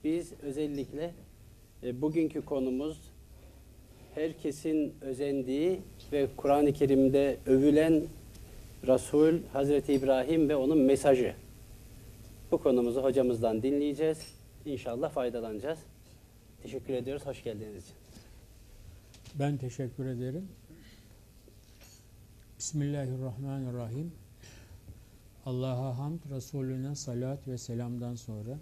Biz özellikle bugünkü konumuz herkesin özendiği ve Kur'an-ı Kerim'de övülen Resul Hazreti İbrahim ve onun mesajı. Bu konumuzu hocamızdan dinleyeceğiz. İnşallah faydalanacağız. Teşekkür ediyoruz. Hoş geldiniz için. Ben teşekkür ederim. Bismillahirrahmanirrahim. Allah'a hamd, Resulüne salat ve selamdan sonra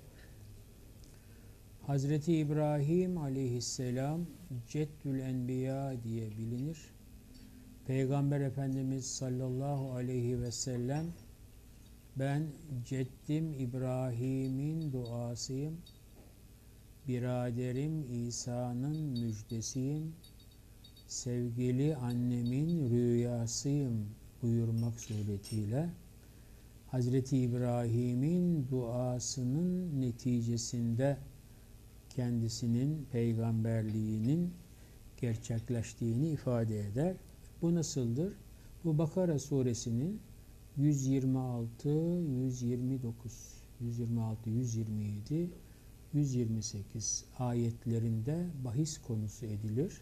Hazreti İbrahim aleyhisselam Ceddül Enbiya diye bilinir. Peygamber Efendimiz sallallahu aleyhi ve sellem ben Ceddim İbrahim'in duasıyım, biraderim İsa'nın müjdesiyim, sevgili annemin rüyasıyım buyurmak suretiyle Hazreti İbrahim'in duasının neticesinde kendisinin peygamberliğinin gerçekleştiğini ifade eder. Bu nasıldır? Bu Bakara suresinin 126, 129, 126, 127, 128 ayetlerinde bahis konusu edilir.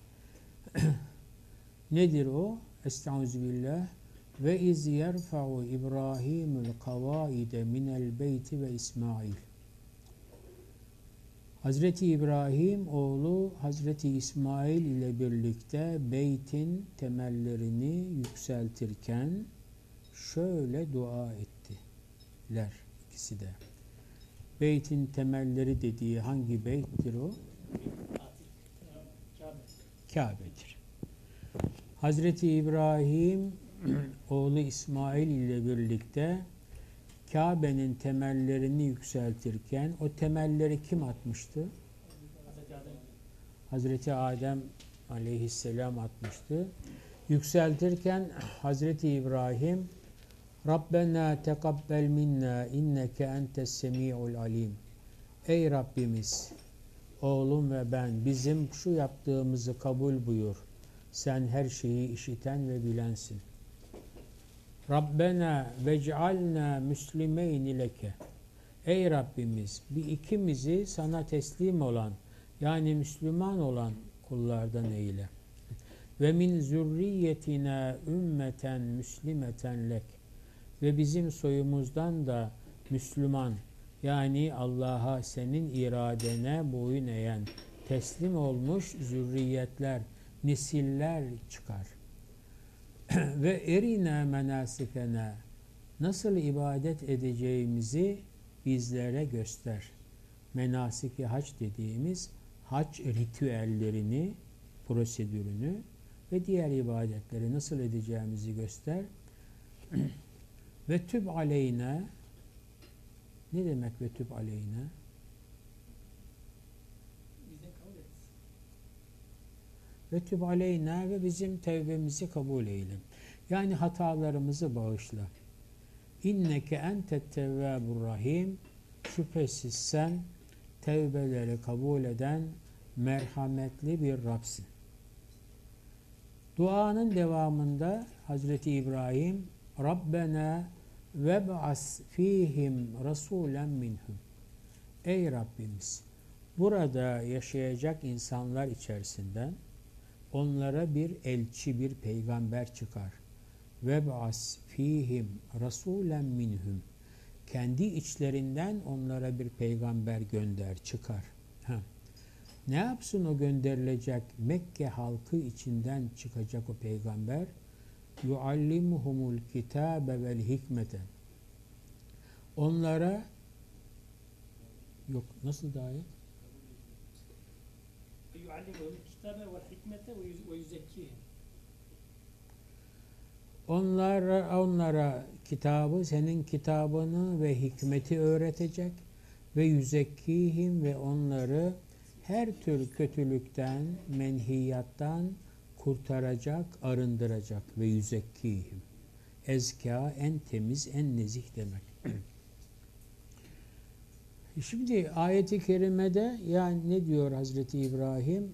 Nedir o? Estağfirullah. Ve iz yerfa'u İbrahimul kavaide minel beyti ve İsmail. Hazreti İbrahim oğlu Hazreti İsmail ile birlikte beytin temellerini yükseltirken şöyle dua ettiler ikisi de. Beytin temelleri dediği hangi beyttir o? Kabe'dir. Hazreti İbrahim oğlu İsmail ile birlikte Kabe'nin temellerini yükseltirken o temelleri kim atmıştı? Hazreti Adem aleyhisselam atmıştı. Yükseltirken Hazreti İbrahim Rabbena tekabbel minna inneke entes semi'ul alim. Ey Rabbimiz, oğlum ve ben bizim şu yaptığımızı kabul buyur. Sen her şeyi işiten ve bilensin. Rabbena vec'alna müslimeyni leke. Ey Rabbimiz, bir ikimizi sana teslim olan, yani Müslüman olan kullardan eyle. Ve min zürriyetina ümmeten müslimeten lek. Ve bizim soyumuzdan da Müslüman, yani Allah'a senin iradene boyun eğen, teslim olmuş zürriyetler, nesiller çıkar. Ve erina menasikena, nasıl ibadet edeceğimizi bizlere göster. Menasik-i hac dediğimiz hac ritüellerini, prosedürünü ve diğer ibadetleri nasıl edeceğimizi göster. Ve tüb aleyna, ne demek ve tüb aleyna? Ve tüb aleyna, ve bizim tevbemizi kabul eyle. Yani hatalarımızı bağışla. İnneke entet tevvabur rahim. Şüphesiz sen tevbeleri kabul eden merhametli bir Rabsin. Duanın devamında Hazreti İbrahim Rabbena veb'as fihim rasulen minhum. Ey Rabbimiz, burada yaşayacak insanlar içerisinden onlara bir elçi, bir peygamber çıkar. Veb'as fihim rasulen minhum. Kendi içlerinden onlara bir peygamber gönder, çıkar. Ne yapsın o gönderilecek Mekke halkı içinden çıkacak o peygamber? Yuallimuhumul kitabe vel hikmete. Onlara nasıl da ayet? Yuallimuhumul kitabe vel hikmete ve yuzekkihim. Onlara kitabı, senin kitabını ve hikmeti öğretecek ve yüzekkihim, ve onları her tür kötülükten, menhiyattan kurtaracak, arındıracak ve yüzekkihim. Ezka, en temiz, en nezih demek. Şimdi ayet-i kerimede yani ne diyor Hazreti İbrahim?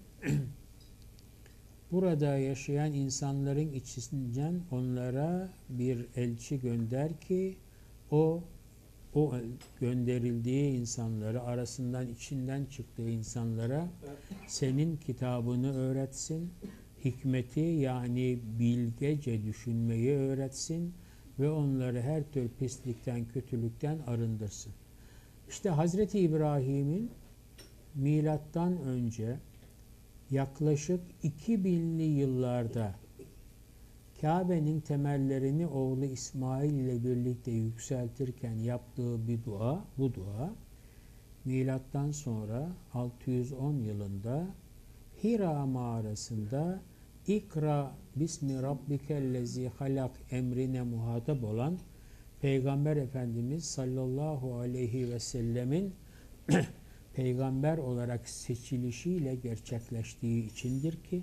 Burada yaşayan insanların içinden onlara bir elçi gönder ki o o gönderildiği insanları, arasından içinden çıktığı insanlara senin kitabını öğretsin, hikmeti yani bilgece düşünmeyi öğretsin ve onları her tür pislikten, kötülükten arındırsın. İşte Hazreti İbrahim'in milattan önce yaklaşık 2000'li yıllarda Kabe'nin temellerini oğlu İsmail ile birlikte yükseltirken yaptığı bir dua, bu dua milattan sonra 610 yılında Hira mağarasında İkra bismi rabbikellezi halak emrine muhatap olan Peygamber Efendimiz sallallahu aleyhi ve sellemin peygamber olarak seçilişiyle gerçekleştiği içindir ki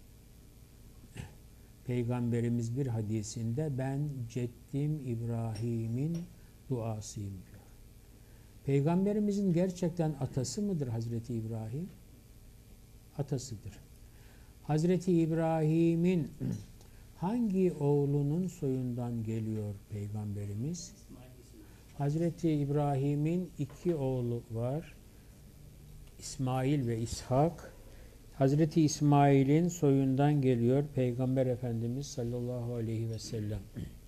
Peygamberimiz bir hadisinde ben ceddim İbrahim'in duasıyım diyor. Peygamberimizin gerçekten atası mıdır Hazreti İbrahim? Atasıdır. Hazreti İbrahim'in hangi oğlunun soyundan geliyor Peygamberimiz? Hazreti İbrahim'in 2 oğlu var. İsmail ve İshak. Hazreti İsmail'in soyundan geliyor Peygamber Efendimiz sallallahu aleyhi ve sellem.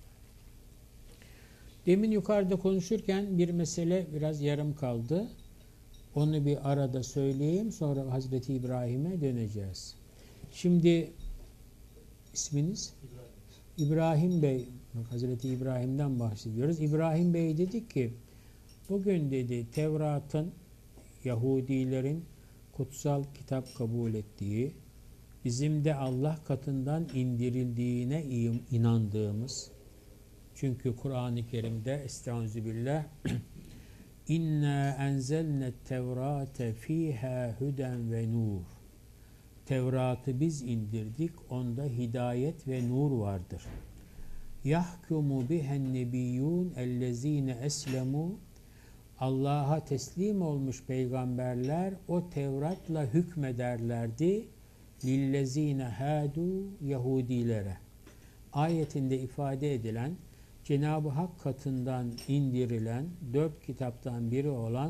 Demin yukarıda konuşurken bir mesele biraz yarım kaldı. Onu bir arada söyleyeyim, sonra Hazreti İbrahim'e döneceğiz. Şimdi isminiz? İbrahim Bey. Hazreti İbrahim'den bahsediyoruz. İbrahim Bey dedi ki, bugün dedi Tevrat'ın Yahudilerin kutsal kitap kabul ettiği, bizim de Allah katından indirildiğine inandığımız, çünkü Kur'an-ı Kerim'de estağfirullah İnna enzelne tevrate fiha huden ve nur. Tevrat'ı biz indirdik, onda hidayet ve nur vardır. Yahkumu bihen nebiyyun ellezine eslemu. Allah'a teslim olmuş peygamberler o Tevrat'la hükmederlerdi. Lillezine hadu Yahudilere. Ayetinde ifade edilen Cenab-ı Hak katından indirilen 4 kitaptan biri olan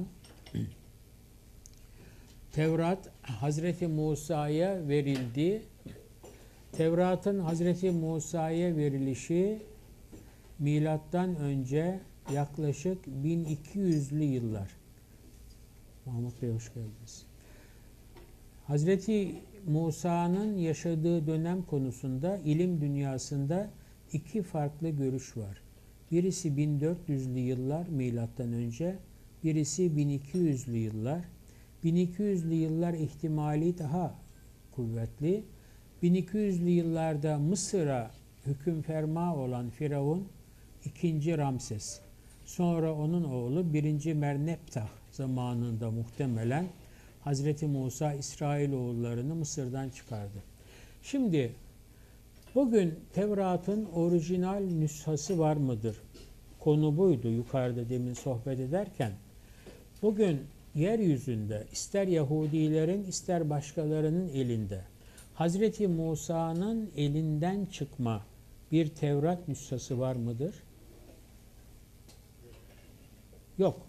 Tevrat Hazreti Musa'ya verildi. Tevrat'ın Hazreti Musa'ya verilişi milattan önce yaklaşık 1200'lü yıllar. Mahmut Bey hoş geldiniz. Hazreti Musa'nın yaşadığı dönem konusunda ilim dünyasında 2 farklı görüş var. Birisi 1400'lü yıllar milattan önce, birisi 1200'lü yıllar. 1200'lü yıllar ihtimali daha kuvvetli. 1200'lü yıllarda Mısır'a hükümferma olan Firavun 2. Ramses. Sonra onun oğlu 1. Merneptah zamanında muhtemelen Hazreti Musa İsrailoğullarını Mısır'dan çıkardı. Şimdi bugün Tevrat'ın orijinal nüshası var mıdır? Konu buydu yukarıda demin sohbet ederken. Bugün yeryüzünde ister Yahudilerin ister başkalarının elinde Hazreti Musa'nın elinden çıkma bir Tevrat nüshası var mıdır? Yok.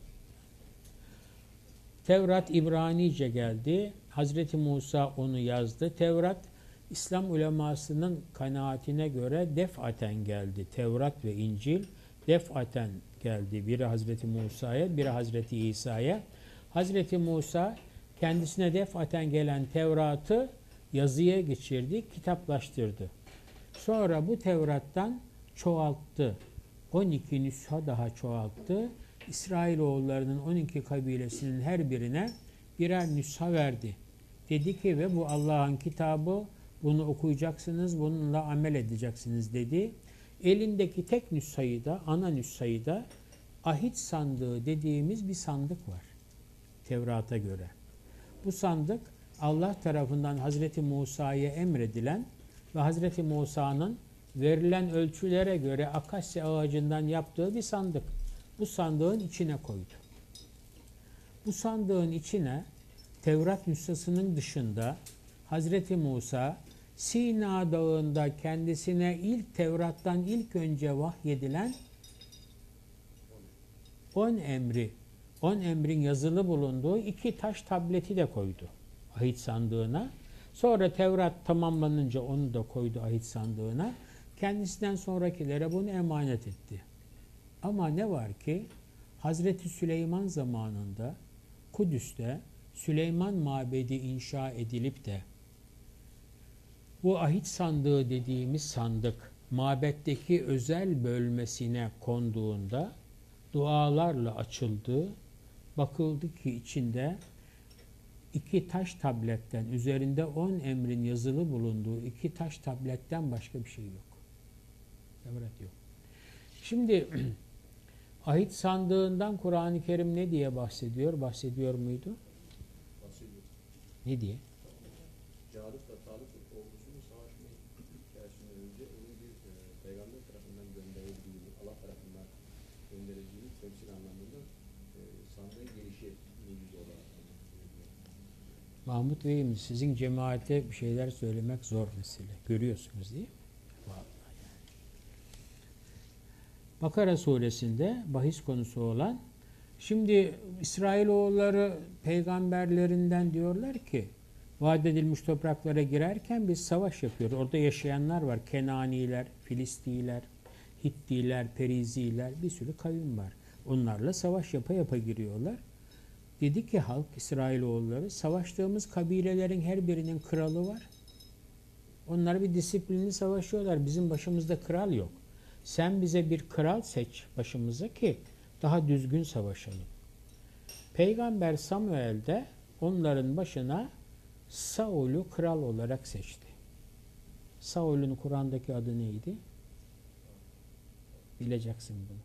Tevrat İbranice geldi. Hazreti Musa onu yazdı. Tevrat İslam ulemasının kanaatine göre defaten geldi. Tevrat ve İncil defaten geldi. Biri Hazreti Musa'ya, biri Hazreti İsa'ya. Hazreti Musa kendisine defaten gelen Tevrat'ı yazıya geçirdi, kitaplaştırdı. Sonra bu Tevrat'tan çoğalttı. 12 nüsha daha çoğalttı. İsrailoğullarının 12 kabilesinin her birine birer nüsha verdi. Dedi ki ve bu Allah'ın kitabı, bunu okuyacaksınız, bununla amel edeceksiniz dedi. Elindeki tek nüshayı da, ana nüshayı da ahit sandığı dediğimiz bir sandık var Tevrat'a göre. Bu sandık Allah tarafından Hazreti Musa'ya emredilen ve Hazreti Musa'nın verilen ölçülere göre akasya ağacından yaptığı bir sandık. Bu sandığın içine koydu. Bu sandığın içine Tevrat nüshasının dışında Hazreti Musa Sina Dağı'nda kendisine ilk Tevrat'tan ilk önce vahyedilen 10 emrin yazılı bulunduğu 2 taş tableti de koydu ahit sandığına. Sonra Tevrat tamamlanınca onu da koydu ahit sandığına. Kendisinden sonrakilere bunu emanet etti. Ama ne var ki Hazreti Süleyman zamanında Kudüs'te Süleyman Mabedi inşa edilip de bu ahit sandığı dediğimiz sandık mabetteki özel bölmesine konduğunda dualarla açıldı. Bakıldı ki içinde 2 taş tabletten, üzerinde 10 emrin yazılı bulunduğu 2 taş tabletten başka bir şey yok. Tevrat yok. Şimdi ahit sandığından Kur'an-ı Kerim ne diye bahsediyor? Bahsediyor muydu? Bahsediyor. Ne diye? Calut'la Talut ordusunun savaşma hikayesinden önce onun bir peygamber tarafından gönderildiğini, Allah tarafından gönderildiğini temsil anlamında sandığın gelişi mucize olarak anlatılıyor. Mahmut Bey'im, sizin cemaate bir şeyler söylemek zor mesele. Görüyorsunuz değil mi? Vallahi yani. Bakara suresinde bahis konusu olan, şimdi İsrailoğulları peygamberlerinden diyorlar ki vaat edilmiş topraklara girerken biz savaş yapıyoruz. Orada yaşayanlar var. Kenaniler, Filistiler, Hittiler, Periziler, bir sürü kavim var. Onlarla savaş yapa yapa giriyorlar. Dedi ki halk, İsrailoğulları, savaştığımız kabilelerin her birinin kralı var. Onlar bir disiplinli savaşıyorlar. Bizim başımızda kral yok. Sen bize bir kral seç başımıza ki daha düzgün savaşalım. Peygamber Samuel de onların başına Saul'u kral olarak seçti. Saul'un Kur'an'daki adı neydi? Bileceksin bunu.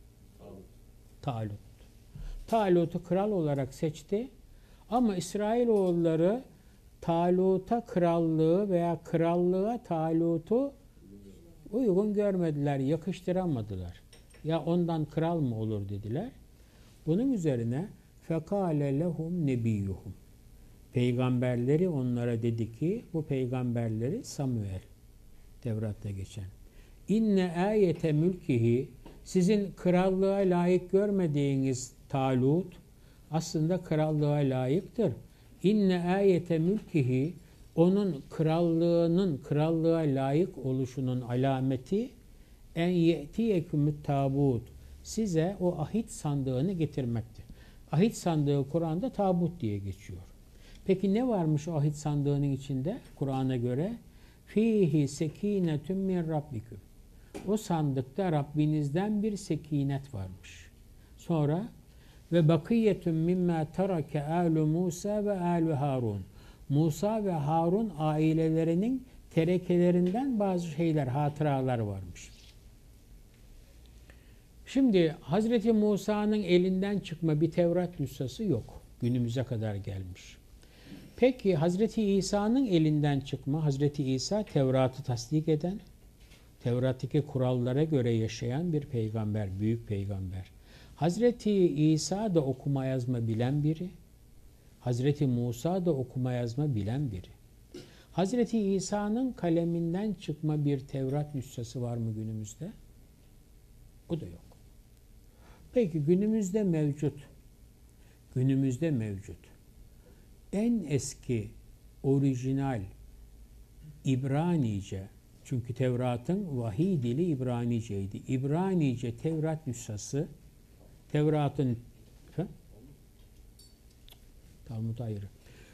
Talut. Talut'u kral olarak seçti. Ama İsrailoğulları Talut'a krallığı veya krallığa Talut'u uygun görmediler, yakıştıramadılar. Ya ondan kral mı olur dediler. Bunun üzerine فَقَالَ لَهُمْ نَبِيُّهُمْ Peygamberleri onlara dedi ki, bu peygamberleri Samuel, Tevrat'ta geçen. İnne ayete mülkihi, sizin krallığa layık görmediğiniz Talut aslında krallığa layıktır. İnne ayete mülkihi, onun krallığa layık oluşunun alameti en ye'tiyekümü't tabut, size o ahit sandığını getirmektir. Ahit sandığı Kur'an'da tabut diye geçiyor. Peki ne varmış o ahit sandığının içinde Kur'an'a göre? Fihi sekinetun min rabbikum. O sandıkta Rabbinizden bir sekinet varmış. Sonra ve bakiyetun mimma terake alu Musa ve alu Harun. Musa ve Harun ailelerinin terekelerinden bazı şeyler, hatıralar varmış. Şimdi Hazreti Musa'nın elinden çıkma bir Tevrat nüshası yok. Günümüze kadar gelmiş. Peki Hazreti İsa'nın elinden çıkma, Hazreti İsa Tevrat'ı tasdik eden, Tevrat'taki kurallara göre yaşayan bir peygamber, büyük peygamber. Hazreti İsa da okuma yazma bilen biri. Hazreti Musa da okuma yazma bilen biri. Hazreti İsa'nın kaleminden çıkma bir Tevrat nüshası var mı günümüzde? O da yok. Peki günümüzde mevcut. En eski, orijinal İbranice, çünkü Tevrat'ın vahiy dili İbraniceydi. İbranice Tevrat nüshası, Tevrat'ın Talmud ayrı.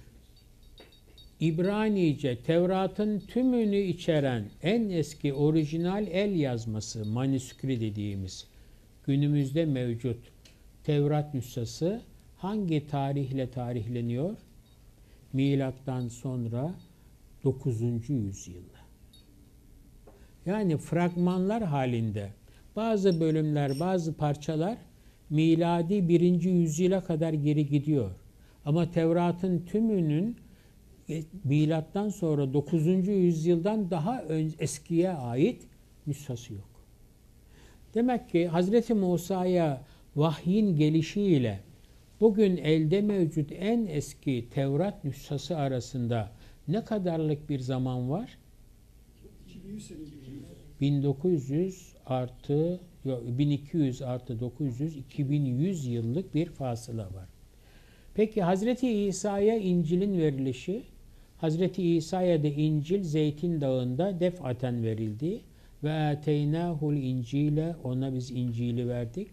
İbranice Tevrat'ın tümünü içeren en eski orijinal el yazması, manüskri dediğimiz günümüzde mevcut Tevrat nüshası hangi tarihle tarihleniyor? Milattan sonra 9. yüzyılda. Yani fragmanlar halinde bazı bölümler, bazı parçalar miladi 1. yüzyıla kadar geri gidiyor. Ama Tevrat'ın tümünün milattan sonra 9. yüzyıldan daha eskiye ait nüshası yok. Demek ki Hazreti Musa'ya vahyin gelişiyle bugün elde mevcut en eski Tevrat nüshası arasında ne kadarlık bir zaman var? 1900 artı 1200 artı 900 2100 yıllık bir fasıla var. Peki Hazreti İsa'ya İncil'in verilişi, Hazreti İsa'ya da İncil Zeytin Dağı'nda defaten verildi ve ateynâhul İncil'e, ona biz İncil'i verdik.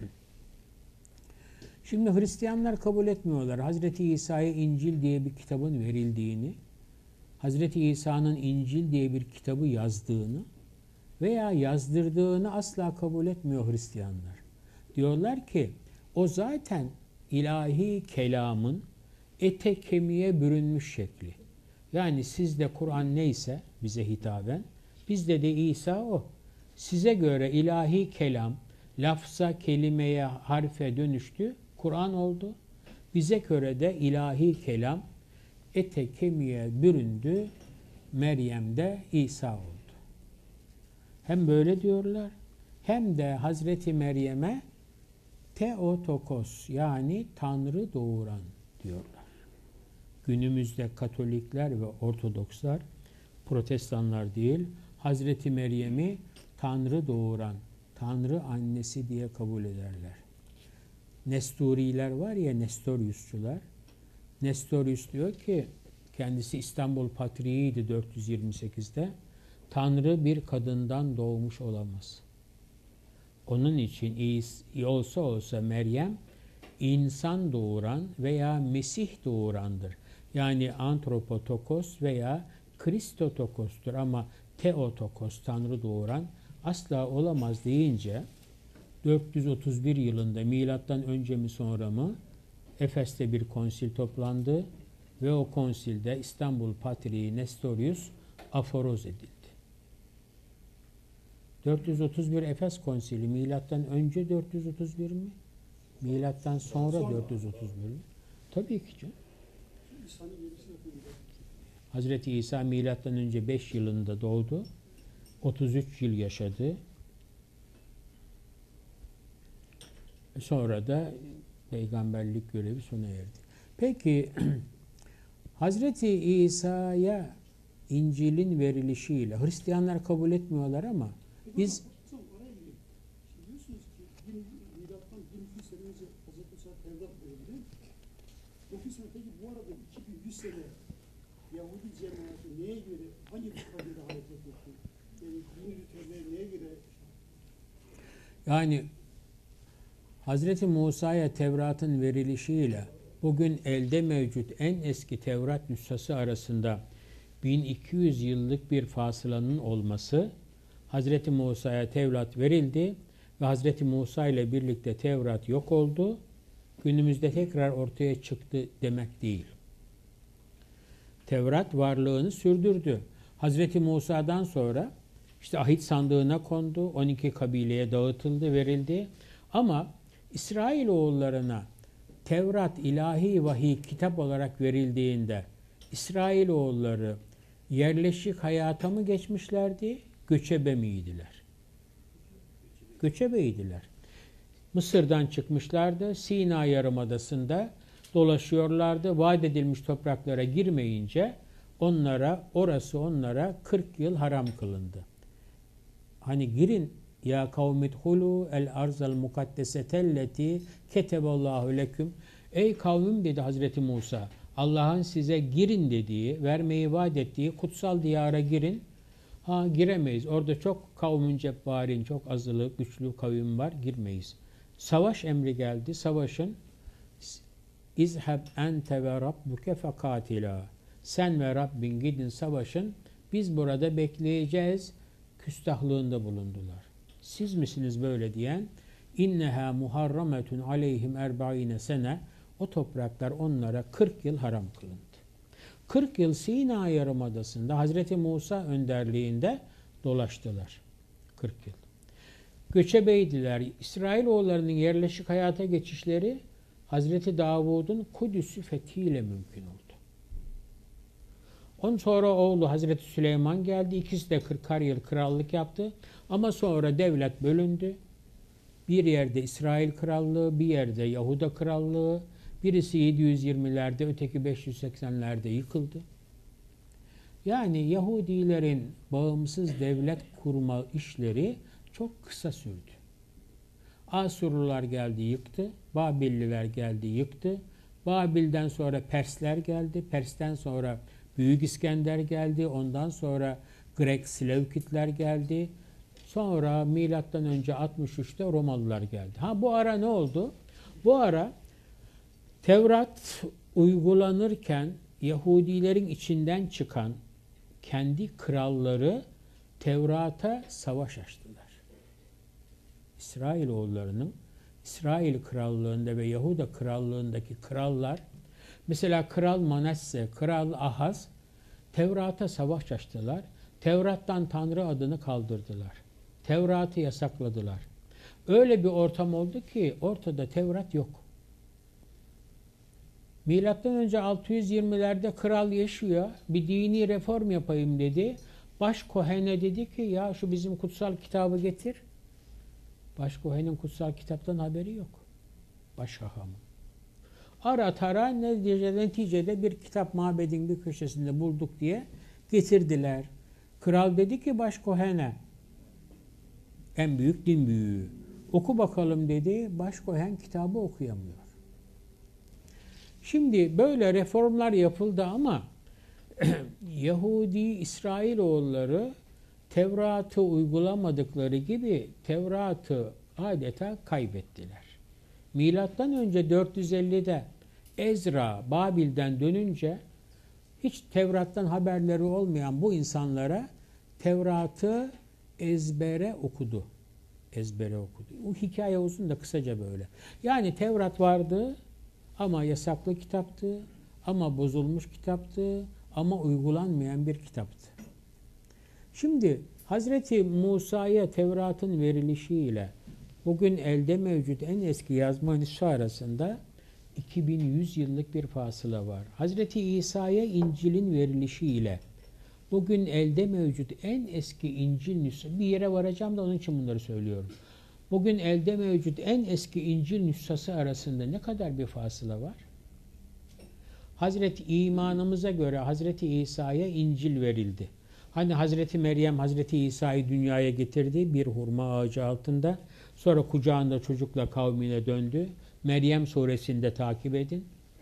Şimdi Hristiyanlar kabul etmiyorlar Hazreti İsa'ya İncil diye bir kitabın verildiğini, Hazreti İsa'nın İncil diye bir kitabı yazdığını veya yazdırdığını asla kabul etmiyor Hristiyanlar. Diyorlar ki o zaten ilahi kelamın ete kemiğe bürünmüş şekli. Yani sizde Kur'an neyse bize hitaben, bizde de İsa o. Size göre ilahi kelam lafza, kelimeye, harfe dönüştü, Kur'an oldu. Bize göre de ilahi kelam ete kemiğe büründü, Meryem'de İsa oldu. Hem böyle diyorlar, hem de Hazreti Meryem'e Theotokos, yani Tanrı doğuran diyorlar. Günümüzde Katolikler ve Ortodokslar, Protestanlar değil, Hazreti Meryem'i Tanrı doğuran, Tanrı annesi diye kabul ederler. Nesturiler var ya, Nestoriusçular. Nestorius diyor ki, kendisi İstanbul Patriğiydi 428'de, Tanrı bir kadından doğmuş olamaz. Onun için olsa Meryem insan doğuran veya Mesih doğurandır. Yani antropotokos veya Kristotokostur ama Theotokos, Tanrı doğuran asla olamaz deyince 431 yılında milattan önce mi sonra mı Efes'te bir konsil toplandı ve o konsilde İstanbul Patriği Nestorius aforoz edildi. 431 Efes Konsili milattan önce 431 mi? Milattan sonra 431 mi? Tabii ki canım. Hazreti İsa milattan önce 5 yılında doğdu. 33 yıl yaşadı. Sonra da peygamberlik görevi sona erdi. Peki Hazreti İsa'ya İncil'in verilişiyle Hristiyanlar kabul etmiyorlar ama biz Oraya gireyim. Şimdi diyorsunuz ki milattan 1200 sene önce Hazreti Musa Tevrat verildi. 900 sene, peki bu arada 2100 sene Yahudi cemaati neye göre, hangi kabile hareket etti? Dini ritüelleri neye göre? yani Hazreti Musa'ya Tevrat'ın verilişiyle bugün elde mevcut en eski Tevrat nüshası arasında 1200 yıllık bir fasılanın olması, Hazreti Musa'ya Tevrat verildi ve Hazreti Musa ile birlikte Tevrat yok oldu, günümüzde tekrar ortaya çıktı demek değil. Tevrat varlığını sürdürdü. Hazreti Musa'dan sonra işte ahit sandığına kondu, 12 kabileye dağıtıldı, verildi. Ama İsrailoğullarına Tevrat ilahi vahiy kitap olarak verildiğinde İsrailoğulları yerleşik hayata mı geçmişlerdi, göçebe miydiler? Göçebeydiler. Mısır'dan çıkmışlardı, Sina Yarımadası'nda dolaşıyorlardı. Vaat edilmiş topraklara girmeyince orası onlara 40 yıl haram kılındı. Hani girin ya kavmidhulu el arzal mukaddesetelleti keteballahu leküm. Ey kavmim dedi Hazreti Musa, Allah'ın size girin dediği, vermeyi vaat ettiği kutsal diyara girin. Giremeyiz. Orada çok kavmin cebbarin, çok azılı, güçlü kavim var. Girmeyiz. Savaş emri geldi. Savaşın. İzheb ente ve rabbuke fekatila. Sen ve Rabbin gidin savaşın. Biz burada bekleyeceğiz. Küstahlığında bulundular. Siz misiniz böyle diyen? İnneha muharrametun aleyhim erba'ine sene. O topraklar onlara 40 yıl haram kılındı. 40 yıl Sina Yarımadası'nda Hazreti Musa önderliğinde dolaştılar. 40 yıl. Göçebeydiler. İsrailoğullarının yerleşik hayata geçişleri Hazreti Davud'un Kudüs'ü fethiyle mümkün oldu. Ondan sonra oğlu Hazreti Süleyman geldi. İkisi de 40 yıl krallık yaptı. Ama sonra devlet bölündü. Bir yerde İsrail Krallığı, bir yerde Yahuda Krallığı. Birisi 720'lerde, öteki 580'lerde yıkıldı. Yani Yahudilerin bağımsız devlet kurma işleri çok kısa sürdü. Asurlular geldi yıktı. Babilliler geldi yıktı. Babil'den sonra Persler geldi. Pers'ten sonra Büyük İskender geldi. Ondan sonra Grek Seleukidler geldi. Sonra milattan önce 63'te Romalılar geldi. Ha bu ara ne oldu? Bu ara Tevrat uygulanırken Yahudilerin içinden çıkan kendi kralları Tevrat'a savaş açtılar. İsrailoğullarının İsrail krallığında ve Yahuda krallığındaki krallar, mesela Kral Manasse, Kral Ahaz Tevrat'a savaş açtılar. Tevrat'tan Tanrı adını kaldırdılar. Tevrat'ı yasakladılar. Öyle bir ortam oldu ki ortada Tevrat yok. Milattan önce 620'lerde kral yaşıyor. Bir dini reform yapayım dedi. Başkohene dedi ki ya şu bizim kutsal kitabı getir. Başkohenin kutsal kitaptan haberi yok. Başhahamın. Ara tara neticede bir kitap mabedin bir köşesinde bulduk diye getirdiler. Kral dedi ki başkohene, en büyük din büyüğü, oku bakalım dedi. Başkohen kitabı okuyamıyor. Şimdi böyle reformlar yapıldı ama Yahudi İsrailoğulları Tevrat'ı uygulamadıkları gibi Tevrat'ı adeta kaybettiler. Milattan önce 450'de Ezra Babil'den dönünce hiç Tevrat'tan haberleri olmayan bu insanlara Tevrat'ı ezbere okudu. Ezbere okudu. O hikaye uzun da kısaca böyle. Yani Tevrat vardı ama yasaklı kitaptı, ama bozulmuş kitaptı, ama uygulanmayan bir kitaptı. Şimdi Hazreti Musa'ya Tevrat'ın verilişiyle bugün elde mevcut en eski yazma nüshası arasında 2100 yıllık bir fasıla var. Hazreti İsa'ya İncil'in verilişiyle bugün elde mevcut en eski İncil nüshası, bir yere varacağım da onun için bunları söylüyorum. Bugün elde mevcut en eski İncil nüshası arasında ne kadar bir fasıla var? Hazreti imanımıza göre Hazreti İsa'ya İncil verildi. Hani Hazreti Meryem Hazreti İsa'yı dünyaya getirdi bir hurma ağacı altında. Sonra kucağında çocukla kavmine döndü. Meryem suresinde takip edin.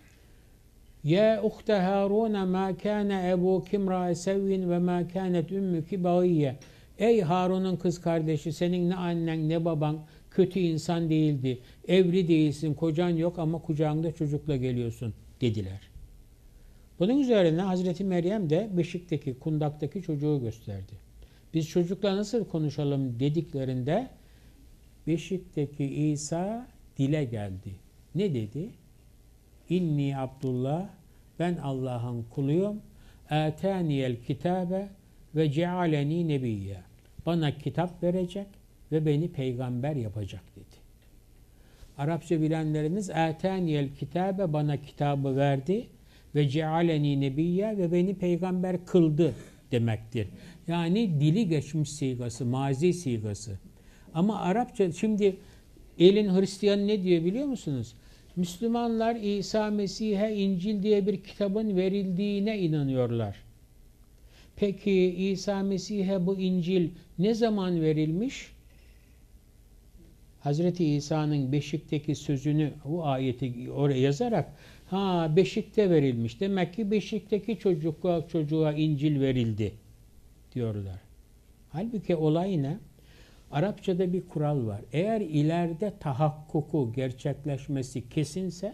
Ya uhte Harun ma kana ebuki imra'a sevin ve ma kanet ummuki baghiye. Ey Harun'un kız kardeşi, senin ne annen ne baban kötü insan değildi. Evli değilsin, kocan yok ama kucağında çocukla geliyorsun dediler. Bunun üzerine Hazreti Meryem de beşikteki, kundaktaki çocuğu gösterdi. Biz çocukla nasıl konuşalım dediklerinde beşikteki İsa dile geldi. Ne dedi? İnni Abdullah, ben Allah'ın kuluyum. Âtâniyel kitâbe ve cealeni nebiyye. Bana kitap verecek ve beni peygamber yapacak dedi. Arapça bilenleriniz âtâniyel kitâbe, bana kitabı verdi ve cealeni nebiyye ve beni peygamber kıldı demektir. Yani dili geçmiş sigası, mazi sigası. Ama Arapça, şimdi elin Hristiyan ne diyor biliyor musunuz? Müslümanlar İsa Mesih'e İncil diye bir kitabın verildiğine inanıyorlar. Peki İsa Mesih'e bu İncil ne zaman verilmiş? Hazreti İsa'nın beşikteki sözünü, bu ayeti oraya yazarak beşikte verilmiş. Demek ki beşikteki çocuğa İncil verildi diyorlar. Halbuki olay ne? Arapçada bir kural var. Eğer ileride tahakkuku, gerçekleşmesi kesinse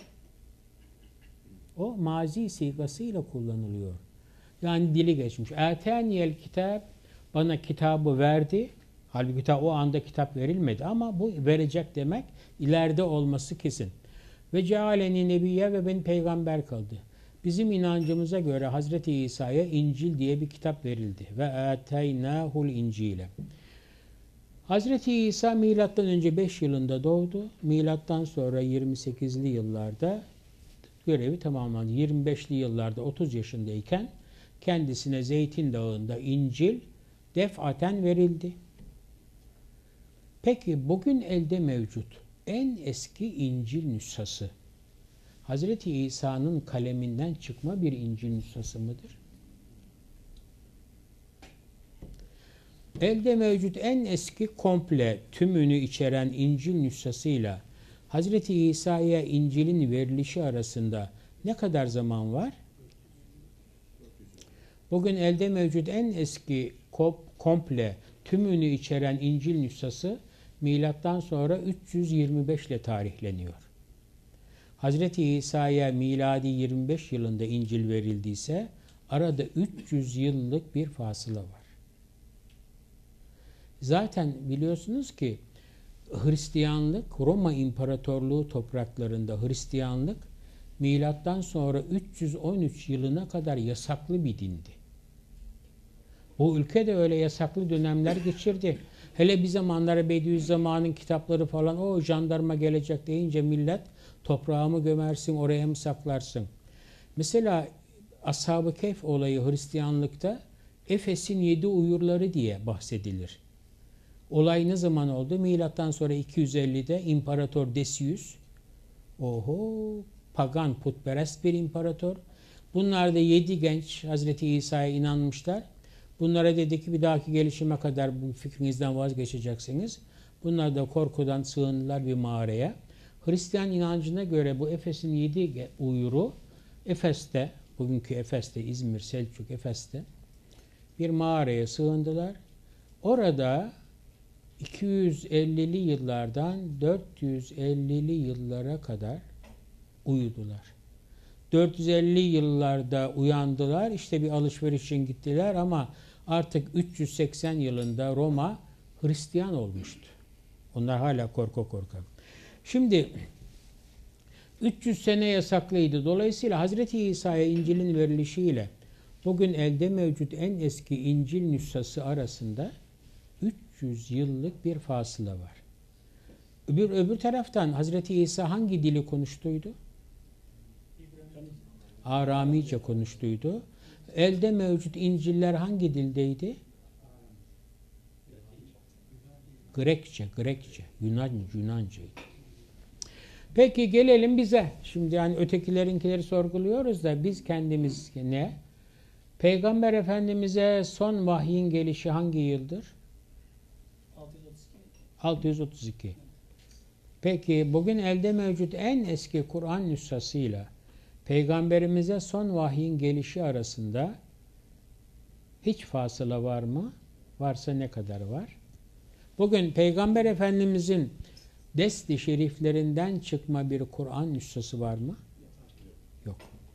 o mazi sigasıyla kullanılıyor. Yani dili geçmiş. Âtâniyel kitâb, bana kitabı verdi. Halbuki o anda kitap verilmedi ama bu verecek demek ileride olması kesin. Ve cealeni nebiyye, ve beni peygamber kıldı. Bizim inancımıza göre Hazreti İsa'ya İncil diye bir kitap verildi. Ve âteynâhul İncil'e. Hazreti İsa milattan önce 5 yılında doğdu. Milattan sonra 28'li yıllarda görevi tamamlandı. 25'li yıllarda 30 yaşındayken kendisine Zeytin Dağı'nda İncil defaten verildi. Peki bugün elde mevcut en eski İncil nüshası Hazreti İsa'nın kaleminden çıkma bir İncil nüshası mıdır? elde mevcut en eski komple tümünü içeren İncil nüshasıyla Hazreti İsa'ya İncil'in verilişi arasında ne kadar zaman var? Bugün elde mevcut en eski komple tümünü içeren İncil nüshası milattan sonra 325 ile tarihleniyor. Hazreti İsa'ya miladi 25 yılında İncil verildiyse arada 300 yıllık bir fasıla var. Zaten biliyorsunuz ki Hristiyanlık, Roma İmparatorluğu topraklarında Hristiyanlık milattan sonra 313 yılına kadar yasaklı bir dindi. Bu ülke de öyle yasaklı dönemler geçirdi. Hele bir zamanlara Bediüzzaman'ın kitapları falan o jandarma gelecek deyince millet toprağımı gömersin oraya mı saklarsın? Mesela Ashab-ı Kehf olayı Hristiyanlıkta Efes'in 7 uyurları diye bahsedilir. Olay ne zaman oldu? Milattan sonra 250'de İmparator Decius, pagan putperest bir imparator. Bunlar da 7 genç Hazreti İsa'ya inanmışlar. Bunlara dedi ki bir dahaki gelişime kadar bu fikrinizden vazgeçeceksiniz. Bunlar da korkudan sığındılar bir mağaraya. Hristiyan inancına göre bu Efes'in 7 uyuru Efes'te, bugünkü Efes'te, İzmir, Selçuk, Efes'te bir mağaraya sığındılar. Orada 250'li yıllardan 450'li yıllara kadar uyudular. 450 yıllarda uyandılar, işte bir alışveriş için gittiler ama artık 380 yılında Roma Hristiyan olmuştu. Onlar hala korka. Şimdi 300 sene yasaklıydı. Dolayısıyla Hazreti İsa'ya İncil'in verilişiyle bugün elde mevcut en eski İncil nüshası arasında 300 yıllık bir fasıla var. Öbür taraftan Hazreti İsa hangi dili konuştuydu? Aramice konuştuydu. Elde mevcut İncil'ler hangi dildeydi? Grekçe, Yunancaydı. Peki gelelim bize. Şimdi yani ötekilerinkileri sorguluyoruz da biz kendimiz ne? Peygamber Efendimiz'e son vahyin gelişi hangi yıldır? 632. Peki bugün elde mevcut en eski Kur'an nüshasıyla Peygamberimize son vahyin gelişi arasında hiç fasıla var mı? Varsa ne kadar var? Bugün Peygamber Efendimizin dest-i şeriflerinden çıkma bir Kur'an nüshası var mı? Yok.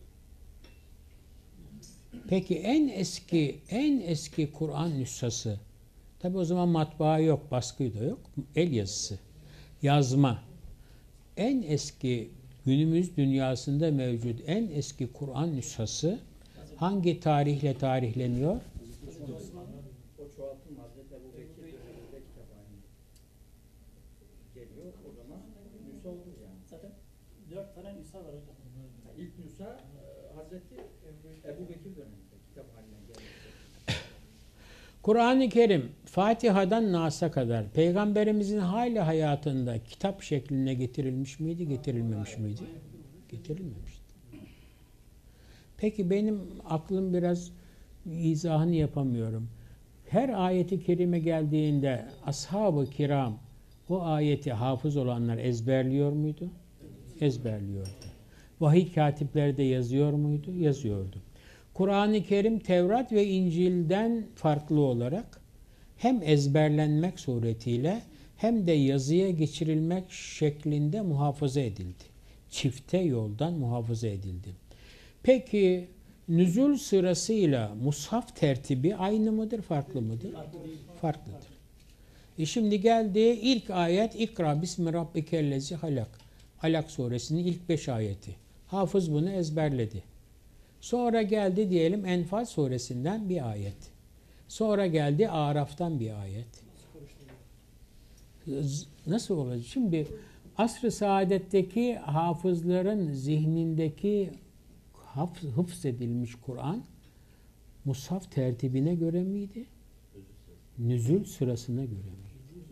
Peki en eski Kur'an nüshası, tabi o zaman matbaa yok, baskı da yok, el yazısı, yazma. En eski günümüz dünyasında mevcut en eski Kur'an nüshası hangi tarihle tarihleniyor? O çoğaltım Hazreti Ebu Bekir döneminde kitaphaneye geliyor. O zaman nüsa olmuş yani. Zaten 4 tane nüsa var hocam. İlk nüsa Hazreti Ebu Bekir döneminde kitaphaneye gelmiş. Kur'an-ı Kerim Fatiha'dan Nas'a kadar Peygamberimizin hali hayatında kitap şekline getirilmiş miydi, getirilmemiş miydi? Getirilmemişti. Peki benim aklım biraz izahını yapamıyorum. Her ayeti kerime geldiğinde ashab-ı kiram o ayeti hafız olanlar ezberliyor muydu? Ezberliyordu. Vahiy katipleri de yazıyor muydu? Yazıyordu. Kur'an-ı Kerim Tevrat ve İncil'den farklı olarak hem ezberlenmek suretiyle hem de yazıya geçirilmek şeklinde muhafaza edildi. Çifte yoldan muhafaza edildi. Peki nüzul sırasıyla mushaf tertibi aynı mıdır, farklı mıdır? Farklıdır. Şimdi geldi ilk ayet İkra bismi rabbikellezi halak. Alak suresinin ilk 5 ayeti. Hafız bunu ezberledi. Sonra geldi diyelim Enfal suresinden bir ayet. Sonra geldi Araf'tan bir ayet. Nasıl olacak? Şimdi asr-ı saadetteki hafızların zihnindeki hıfzedilmiş Kur'an mushaf tertibine göre miydi? Nüzul sırasına göre miydi?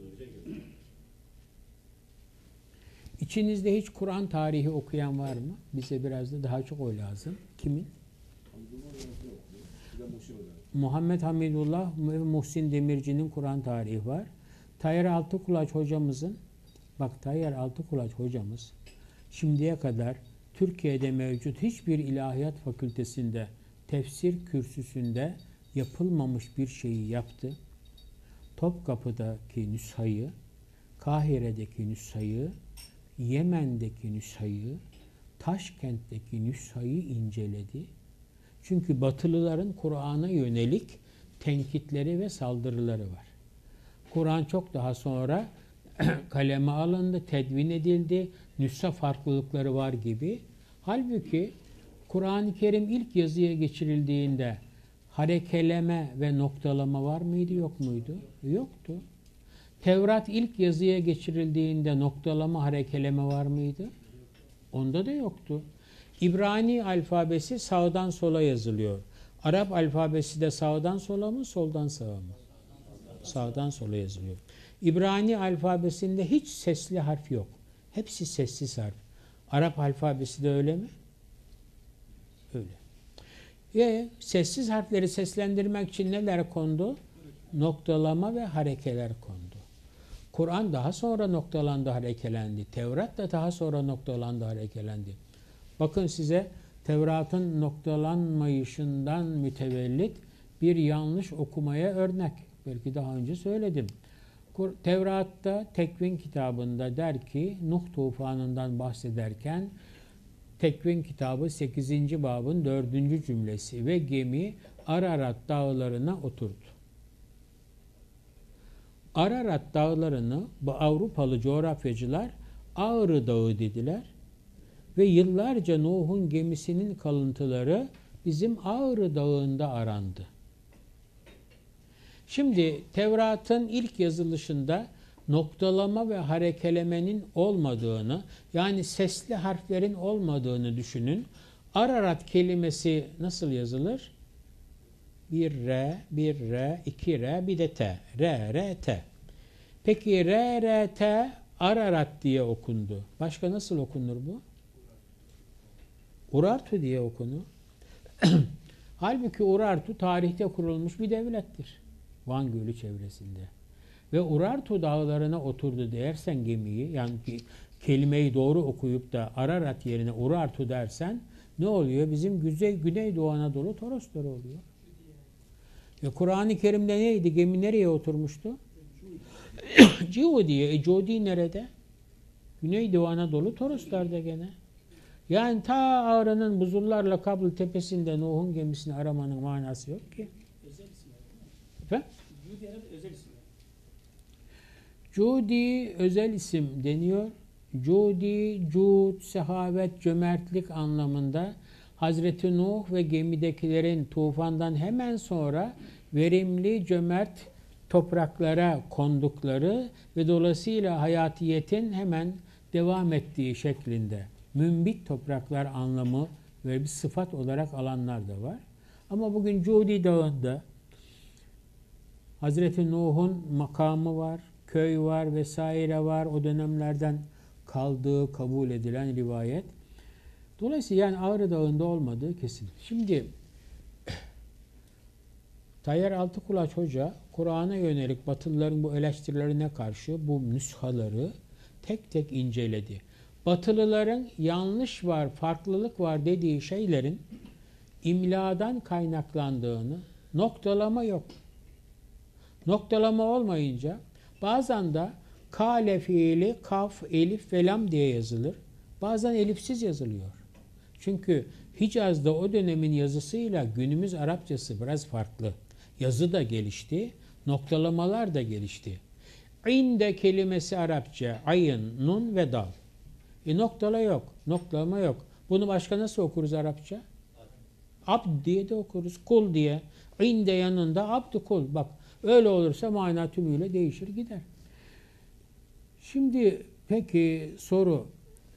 İçinizde hiç Kur'an tarihi okuyan var mı? Bize biraz da daha çok o lazım. Kimin? Bir de Muhsin Hoca. Muhammed Hamidullah ve Muhsin Demirci'nin Kur'an tarihi var. Tayyar Altıkulaç hocamızın, bak Tayyar Altıkulaç hocamız şimdiye kadar Türkiye'de mevcut hiçbir ilahiyat fakültesinde, tefsir kürsüsünde yapılmamış bir şeyi yaptı. Topkapı'daki nüshayı, Kahire'deki nüshayı, Yemen'deki nüshayı, Taşkent'teki nüshayı inceledi. Çünkü Batılıların Kur'an'a yönelik tenkitleri ve saldırıları var. Kur'an çok daha sonra kaleme alındı, tedvin edildi, nüsha farklılıkları var gibi. Halbuki Kur'an-ı Kerim ilk yazıya geçirildiğinde harekeleme ve noktalama var mıydı, yok muydu? Yoktu. Tevrat ilk yazıya geçirildiğinde noktalama, harekeleme var mıydı? Onda da yoktu. İbrani alfabesi sağdan sola yazılıyor. Arap alfabesi de sağdan sola mı, soldan sağa mı? Sağdan sola yazılıyor. İbrani alfabesinde hiç sesli harf yok. Hepsi sessiz harf. Arap alfabesi de öyle mi? Öyle. Sessiz harfleri seslendirmek için neler kondu? Noktalama ve harekeler kondu. Kur'an daha sonra noktalandı, harekelendi. Tevrat da daha sonra noktalandı, harekelendi. Bakın size Tevrat'ın noktalanmayışından mütevellit bir yanlış okumaya örnek. Belki daha önce söyledim. Tevrat'ta Tekvin kitabında der ki Nuh tufanından bahsederken Tekvin kitabı 8. babın 4. cümlesi ve gemi Ararat dağlarına oturdu. Ararat dağlarını bu Avrupalı coğrafyacılar Ağrı Dağı dediler ve yıllarca Nuh'un gemisinin kalıntıları bizim Ağrı Dağı'nda arandı. Şimdi Tevrat'ın ilk yazılışında noktalama ve harekelemenin olmadığını, yani sesli harflerin olmadığını düşünün. Ararat kelimesi nasıl yazılır? Bir R, bir R, iki R, bir de T. R, R, T. Peki R, R, T Ararat diye okundu. Başka nasıl okunur bu? Urartu diye okunur. Halbuki Urartu tarihte kurulmuş bir devlettir. Van Gölü çevresinde. Ve Urartu dağlarına oturdu dersen gemiyi, yani kelimeyi doğru okuyup da Ararat yerine Urartu dersen ne oluyor? Bizim Güneydoğu Anadolu Torosları oluyor. Ve Kur'an-ı Kerim'de neydi? Gemi nereye oturmuştu? Cudi. Cudi nerede? Güneydoğu Anadolu Toroslarda gene. Yani ta Ağrı'nın buzullarla Kabul tepesinde Nuh'un gemisini aramanın manası yok ki. Özel isim. Efendim? Cudi özel isim. Cudi özel isim deniyor. Cudi, cud, sehavet, cömertlik anlamında Hazreti Nuh ve gemidekilerin tufandan hemen sonra verimli, cömert topraklara kondukları ve dolayısıyla hayatiyetin hemen devam ettiği şeklinde mümbit topraklar anlamı ve bir sıfat olarak alanlar da var. Ama bugün Cudi Dağı'nda Hazreti Nuh'un makamı var, köy var vesaire var. O dönemlerden kaldığı kabul edilen rivayet. Dolayısıyla yani Ağrı Dağı'nda olmadığı kesin. Şimdi Tayyar Altıkulaç Hoca Kur'an'a yönelik Batılıların bu eleştirilerine karşı bu nüshaları tek tek inceledi. Batılıların yanlış var, farklılık var dediği şeylerin imladan kaynaklandığını, noktalama yok. Noktalama olmayınca bazen de kale fiili kaf, elif ve lam diye yazılır. Bazen elifsiz yazılıyor. Çünkü Hicaz'da o dönemin yazısıyla günümüz Arapçası biraz farklı. Yazı da gelişti, noktalamalar da gelişti. İnde kelimesi Arapça, ayın, nun ve dal. Noktala yok, noktalama yok. Bunu başka nasıl okuruz Arapça? Abd diye de okuruz, kul diye. İnde yanında abd kul. Bak öyle olursa mana tümüyle değişir gider. Şimdi peki soru.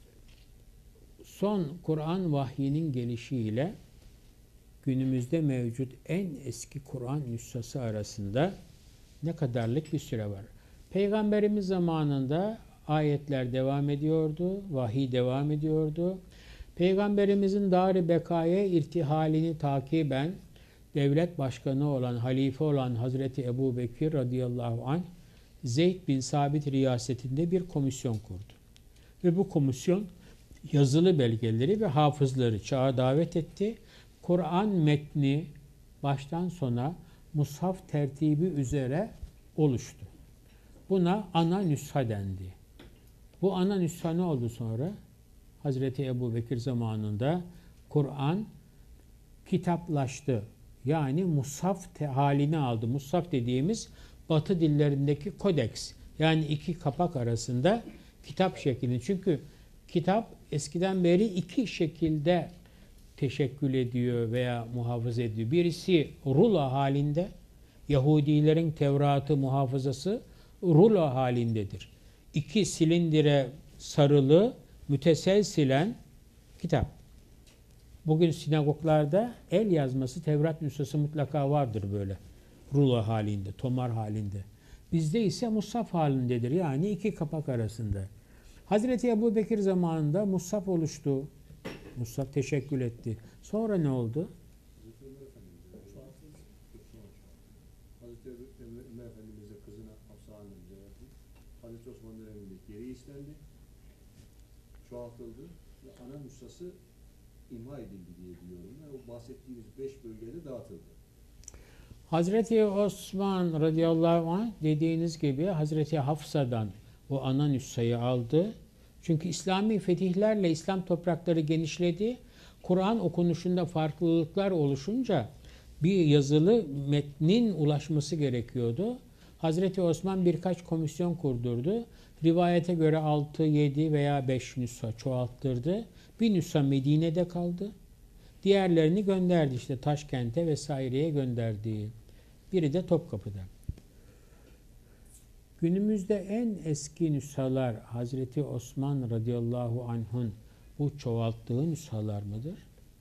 Son Kur'an vahyinin gelişiyle günümüzde mevcut en eski Kur'an nüshası arasında ne kadarlık bir süre var? Peygamberimiz zamanında ayetler devam ediyordu, vahiy devam ediyordu. Peygamberimizin dar-ı bekaya irtihalini takiben devlet başkanı olan, halife olan Hazreti Ebu Bekir radıyallahu anh, Zeyd bin Sabit riyasetinde bir komisyon kurdu. Ve bu komisyon yazılı belgeleri ve hafızları çağa davet etti. Kur'an metni baştan sona mushaf tertibi üzere oluştu. Buna ana nüsha dendi. Bu ana nüsha ne oldu sonra? Hazreti Ebu Bekir zamanında Kur'an kitaplaştı. Yani mushaf halini aldı. Mushaf dediğimiz Batı dillerindeki kodeks. Yani iki kapak arasında kitap şeklini. Çünkü kitap eskiden beri iki şekilde teşekkül ediyor veya muhafaza ediyor. Birisi rulo halinde. Yahudilerin Tevrat'ı muhafazası rulo halindedir. İki silindire sarılı, müteselsilen kitap. Bugün sinagoglarda el yazması Tevrat nüshası mutlaka vardır böyle. Rulo halinde, tomar halinde. Bizde ise mushaf halindedir. Yani iki kapak arasında. Hazreti Ebu Bekir zamanında mushaf oluştu. Mushaf teşekkül etti. Sonra ne oldu? Hazreti Ömer Efendimiz'e kızına Hafsa annemize verdi. Hazreti Osman döneminde geri istendi. Çoğaltıldı ve ana nüshası imha edildi diye biliyorum. Yani o bahsettiğimiz 5 bölgede dağıtıldı. Hazreti Osman radıyallahu anh dediğiniz gibi Hazreti Hafsa'dan o ana nüshayı aldı. Çünkü İslami fetihlerle İslam toprakları genişledi. Kur'an okunuşunda farklılıklar oluşunca bir yazılı metnin ulaşması gerekiyordu. Hazreti Osman birkaç komisyon kurdurdu. Rivayete göre 6, 7 veya 5 nüsha çoğalttırdı. Bir nüsha Medine'de kaldı. Diğerlerini gönderdi işte Taşkent'e vesaireye gönderdi. Biri de Topkapı'da. Günümüzde en eski nüshalar Hazreti Osman radıyallahu anh'ın bu çoğalttığı nüshalar mıdır?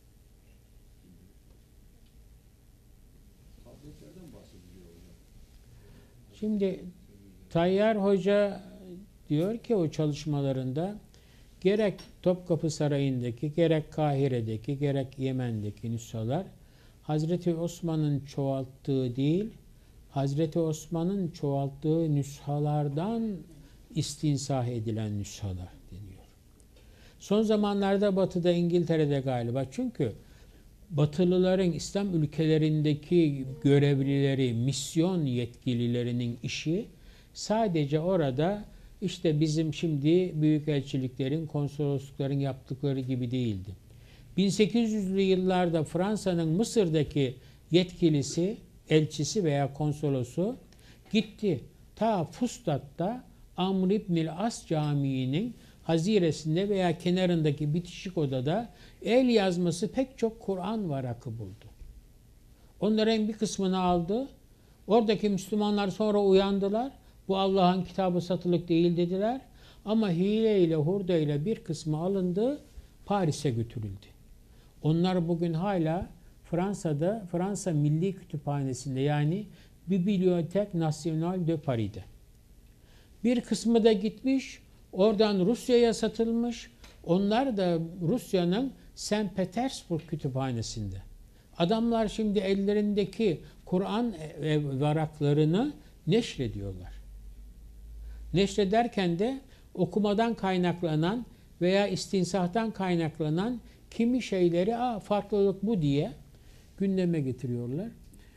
Tabletlerden bahsediliyor hocam. Şimdi Tayyar Hoca diyor ki o çalışmalarında gerek Topkapı Sarayı'ndaki, gerek Kahire'deki, gerek Yemen'deki nüshalar Hazreti Osman'ın çoğalttığı değil, Hazreti Osman'ın çoğalttığı nüshalardan istinsah edilen nüshalar deniyor. Son zamanlarda Batı'da, İngiltere'de galiba, çünkü Batılıların İslam ülkelerindeki görevlileri, misyon yetkililerinin işi sadece orada işte bizim şimdi büyükelçiliklerin, konsoloslukların yaptıkları gibi değildi. 1800'lü yıllarda Fransa'nın Mısır'daki yetkilisi, elçisi veya konsolosu gitti. Ta Fustat'ta Amr İbnül As Camii'nin haziresinde veya kenarındaki bitişik odada el yazması pek çok Kur'an varakı buldu. Onların bir kısmını aldı. Oradaki Müslümanlar sonra uyandılar. Bu Allah'ın kitabı satılık değil dediler. Ama hileyle, hurdayla bir kısmı alındı, Paris'e götürüldü. Onlar bugün hala Fransa'da, Fransa Milli Kütüphanesi'nde, yani Bibliothèque Nationale de Paris'te. Bir kısmı da gitmiş, oradan Rusya'ya satılmış. Onlar da Rusya'nın St. Petersburg Kütüphanesi'nde. Adamlar şimdi ellerindeki Kur'an varaklarını neşrediyorlar. Neşrederken de okumadan kaynaklanan veya istinsahtan kaynaklanan kimi şeyleri farklılık bu diye gündeme getiriyorlar.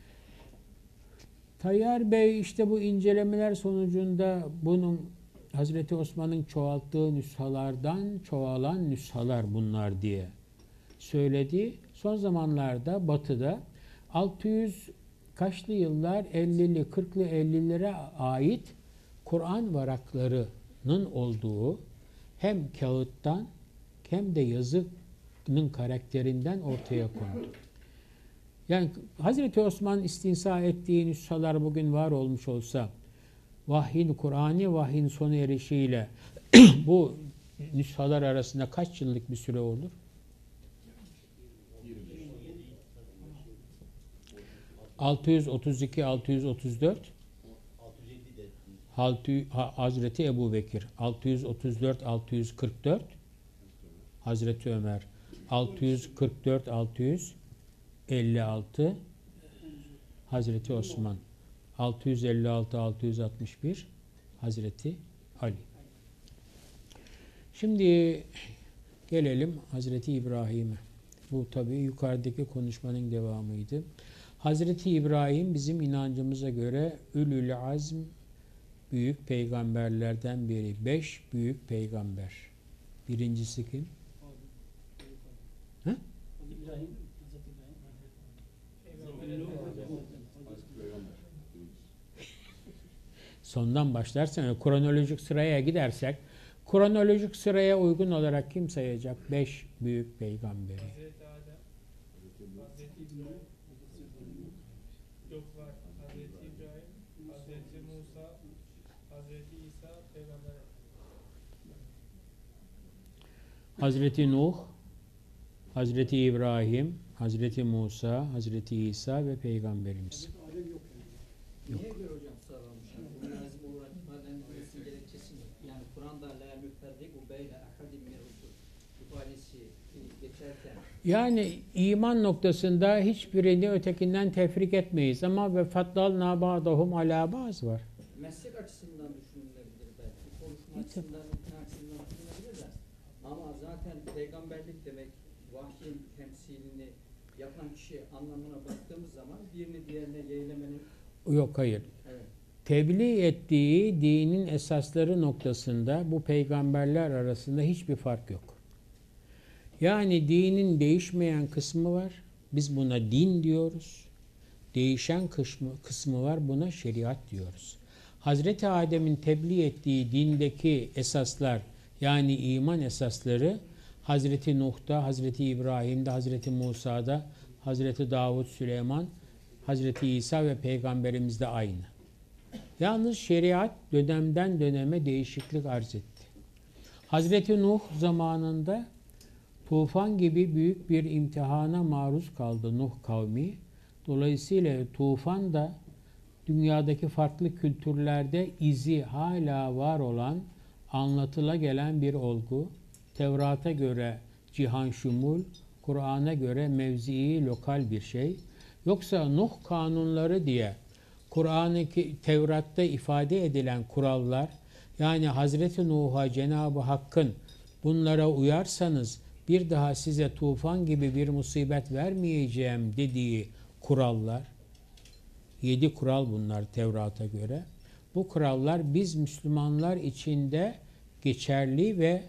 Tayyar Bey işte bu incelemeler sonucunda bunun Hazreti Osman'ın çoğalttığı nüshalardan çoğalan nüshalar bunlar diye söyledi. Son zamanlarda Batı'da 600 kaçlı yıllar 50'li 40'lı 50'lere ait Kur'an varaklarının olduğu hem kağıttan hem de yazının karakterinden ortaya kondu. Yani Hazreti Osman istinsah ettiği nüshalar bugün var olmuş olsa vahyin, Kur'ani vahyin sona erişiyle bu nüshalar arasında kaç yıllık bir süre olur? 632, 634 Hazreti Ebu Bekir, 634, 644 Hazreti Ömer, 644, 656 Hazreti Osman. 656-661 Hazreti Ali. Şimdi gelelim Hazreti İbrahim'e. Bu tabii yukarıdaki konuşmanın devamıydı. Hazreti İbrahim bizim inancımıza göre Ülül Azm büyük peygamberlerden biri. 5 büyük peygamber. Birincisi kim? Ha? Sondan başlarsan kronolojik sıraya gidersek kronolojik sıraya uygun olarak kim sayacak? 5 büyük peygamberi. Hazreti Adem, Hazreti İbrahim, yok var, Hazreti İbrahim, Hazreti Musa, Hazreti İsa, Peygamber. Hazreti Nuh, Hazreti İbrahim, Hazreti Musa, Hazreti İsa ve Peygamberimiz. Neye göre hocam sıralamış? Yani bu lazım olarak ifadenin edilmesinin gerekçesi mi? Yani Kur'an'da la müferriku beyne ahadim min rusul ifadesi geçerken Yani iman noktasında hiçbirini ötekinden tefrik etmeyiz ama ve faddalna ba'dahum ala ba'z var. meslek açısından düşünülebilir belki. Konuşma açısından, ikna açısından düşünülebilir de. Ama zaten peygamberlik demek vahyin temsilini yapan kişi anlamına baktığımız zaman birini diğerine yeğlemenin Yok, hayır. evet. Tebliğ ettiği dinin esasları noktasında bu peygamberler arasında hiçbir fark yok. Yani dinin değişmeyen kısmı var. Biz buna din diyoruz. Değişen kısmı var. Buna şeriat diyoruz. Hazreti Adem'in tebliğ ettiği dindeki esaslar, yani iman esasları Hazreti Nuh'ta, Hazreti İbrahim'de, Hazreti Musa'da, Hazreti Davud, Süleyman, Hazreti İsa ve Peygamberimizde aynı. Yalnız şeriat dönemden döneme değişiklik arz etti. Hazreti Nuh zamanında tufan gibi büyük bir imtihana maruz kaldı Nuh kavmi. Dolayısıyla tufan da dünyadaki farklı kültürlerde izi hala var olan, anlatıla gelen bir olgu. Tevrat'a göre cihan şumul, Kur'an'a göre mevzii lokal bir şey. Yoksa Nuh kanunları diye Kur'an-ı Tevrat'ta ifade edilen kurallar, yani Hazreti Nuh'a Cenab-ı Hakk'ın bunlara uyarsanız bir daha size tufan gibi bir musibet vermeyeceğim dediği kurallar, 7 kural bunlar Tevrat'a göre. Bu kurallar biz Müslümanlar içinde geçerli ve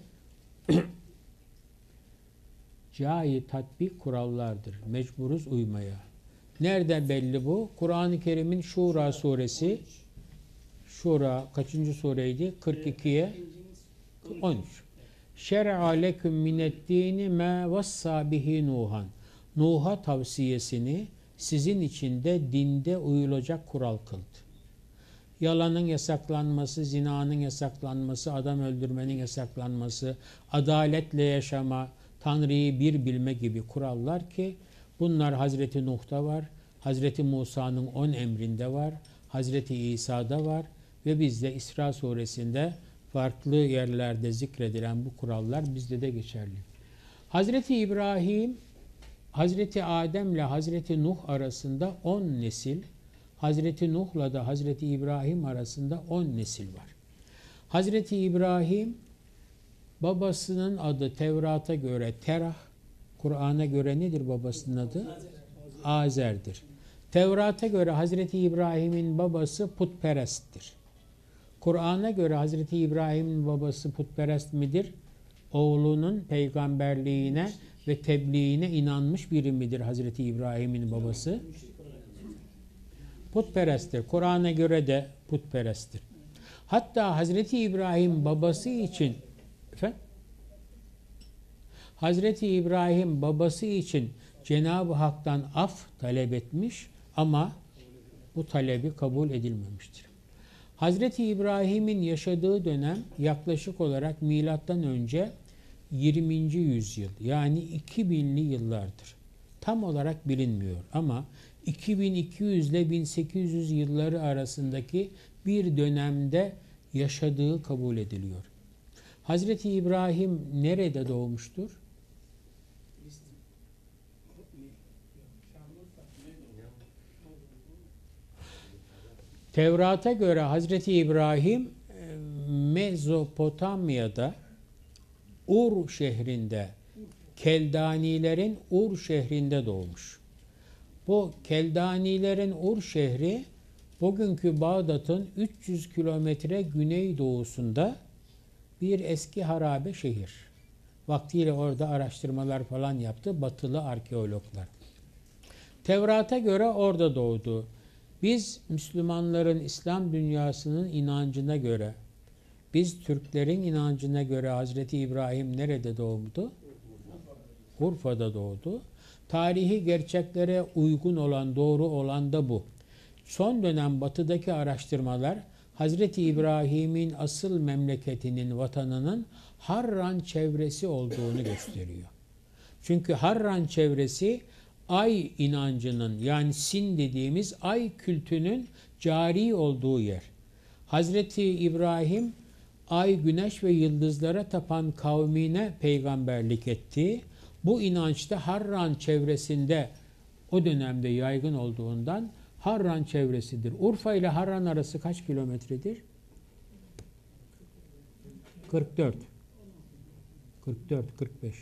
cai tatbik kurallardır. Mecburuz uymaya. Nerede belli bu? Kur'an-ı Kerim'in Şura suresi, Şura kaçıncı sureydi? 42'ye 13. Şer'a leküm mineddini me vassa bihi Nuhan. Nuh'a tavsiyesini sizin için de dinde uyulacak kural kıldı. Yalanın yasaklanması, zinanın yasaklanması, adam öldürmenin yasaklanması, adaletle yaşama, Tanrı'yı bir bilme gibi kurallar ki bunlar Hazreti Nuh'ta var, Hazreti Musa'nın 10 emrinde var, Hazreti İsa'da var ve bizde İsra suresinde farklı yerlerde zikredilen bu kurallar bizde de geçerli. Hazreti İbrahim, Hazreti Adem ile Hazreti Nuh arasında 10 nesil, Hazreti Nuh'la da Hazreti İbrahim arasında 10 nesil var. Hazreti İbrahim, babasının adı Tevrat'a göre Terah, Kur'an'a göre nedir babasının adı? Azer'dir. Tevrat'a göre Hazreti İbrahim'in babası putperesttir. Kur'an'a göre Hazreti İbrahim'in babası putperest midir? Oğlunun peygamberliğine ve tebliğine inanmış biri midir Hazreti İbrahim'in babası? Putperesttir. Kur'an'a göre de putperesttir. Hatta Hazreti İbrahim babası için Hazreti İbrahim babası için Cenab-ı Hak'tan af talep etmiş ama bu talebi kabul edilmemiştir. Hazreti İbrahim'in yaşadığı dönem yaklaşık olarak milattan önce 20. yüzyıl, yani 2000'li yıllardır. Tam olarak bilinmiyor ama 2200 ile 1800 yılları arasındaki bir dönemde yaşadığı kabul ediliyor. Hazreti İbrahim nerede doğmuştur? Tevrat'a göre Hazreti İbrahim Mezopotamya'da Ur şehrinde, Keldanilerin Ur şehrinde doğmuş. Bu Keldanilerin Ur şehri bugünkü Bağdat'ın 300 kilometre güneydoğusunda bir eski harabe şehir. Vaktiyle orada araştırmalar falan yaptı batılı arkeologlar. Tevrat'a göre orada doğdu. Biz Müslümanların, İslam dünyasının inancına göre, biz Türklerin inancına göre Hazreti İbrahim nerede doğdu? Urfa'da doğdu. Tarihi gerçeklere uygun olan, doğru olan da bu. Son dönem batıdaki araştırmalar Hazreti İbrahim'in asıl memleketinin, vatanının Harran çevresi olduğunu gösteriyor. Çünkü Harran çevresi ay inancının, yani Sin dediğimiz ay kültünün cari olduğu yer. Hazreti İbrahim ay, güneş ve yıldızlara tapan kavmine peygamberlik etti. Bu inançta Harran çevresinde o dönemde yaygın olduğundan Harran çevresidir. Urfa ile Harran arası kaç kilometredir? 44. 44, 45.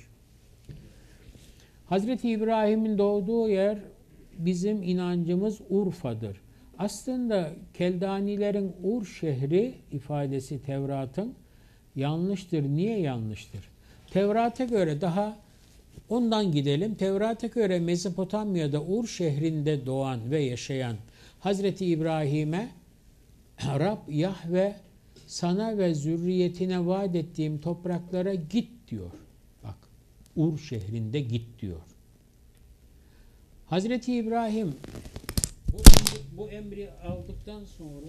Hazreti İbrahim'in doğduğu yer bizim inancımız Urfa'dır. Aslında Keldanilerin Ur şehri ifadesi Tevrat'ın yanlıştır. Niye yanlıştır? Tevrat'a göre daha ondan gidelim. Tevrat'a göre Mezopotamya'da Ur şehrinde doğan ve yaşayan Hazreti İbrahim'e Rab Yahve sana ve zürriyetine vaat ettiğim topraklara git diyor. Bak, Ur şehrinde git diyor. Hazreti İbrahim bu emri aldıktan sonra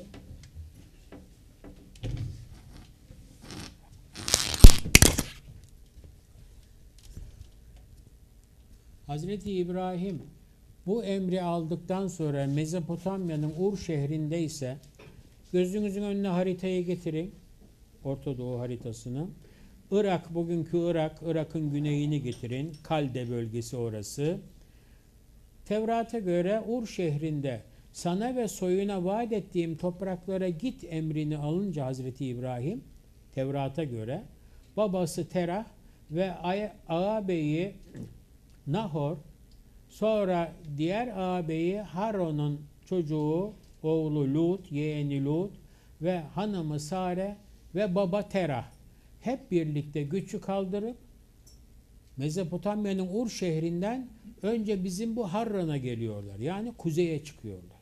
Hazreti İbrahim bu emri aldıktan sonra Mezopotamya'nın Ur şehrinde ise gözünüzün önüne haritayı getirin. Orta Doğu haritasını. Irak, bugünkü Irak, Irak'ın güneyini getirin. Kalde bölgesi orası. Tevrat'a göre Ur şehrinde sana ve soyuna vaat ettiğim topraklara git emrini alınca Hazreti İbrahim, Tevrat'a göre babası Terah ve ağabeyi Nahor, sonra diğer ağabeyi Haron'un çocuğu, oğlu Lut, yeğeni Lut ve hanımı Sare ve baba Terah hep birlikte göçü kaldırıp Mezopotamya'nın Ur şehrinden önce bizim bu Harran'a geliyorlar. Yani kuzeye çıkıyorlar.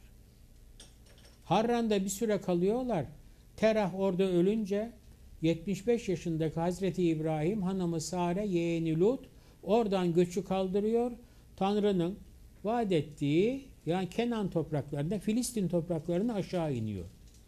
Harran'da bir süre kalıyorlar. Terah orada ölünce 75 yaşındaki Hazreti İbrahim, hanımı Sare, yeğeni Lut oradan göçü kaldırıyor. Tanrı'nın vaat ettiği, yani Kenan topraklarında, Filistin topraklarına aşağı iniyor.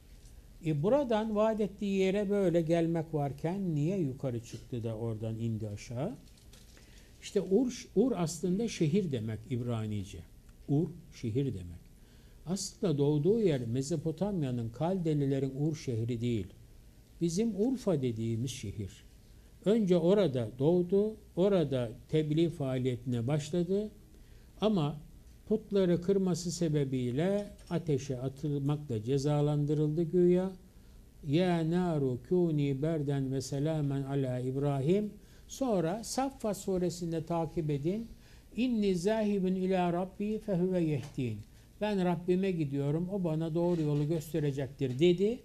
Buradan vaat ettiği yere böyle gelmek varken niye yukarı çıktı da oradan indi aşağı? İşte Ur aslında şehir demek İbranice. Ur şehir demek. Aslında doğduğu yer Mezopotamya'nın Kaldelilerin Ur şehri değil. Bizim Urfa dediğimiz şehir. Önce orada doğdu, orada tebliğ faaliyetine başladı ama putları kırması sebebiyle ateşe atılmakla cezalandırıldı güya. Ya naru kuni berden ve selamen ala İbrahim. Sonra Saffat suresinde takip edin. İnni zahibun ila rabbi fehuve yehdin. Ben Rabbime gidiyorum, o bana doğru yolu gösterecektir dedi.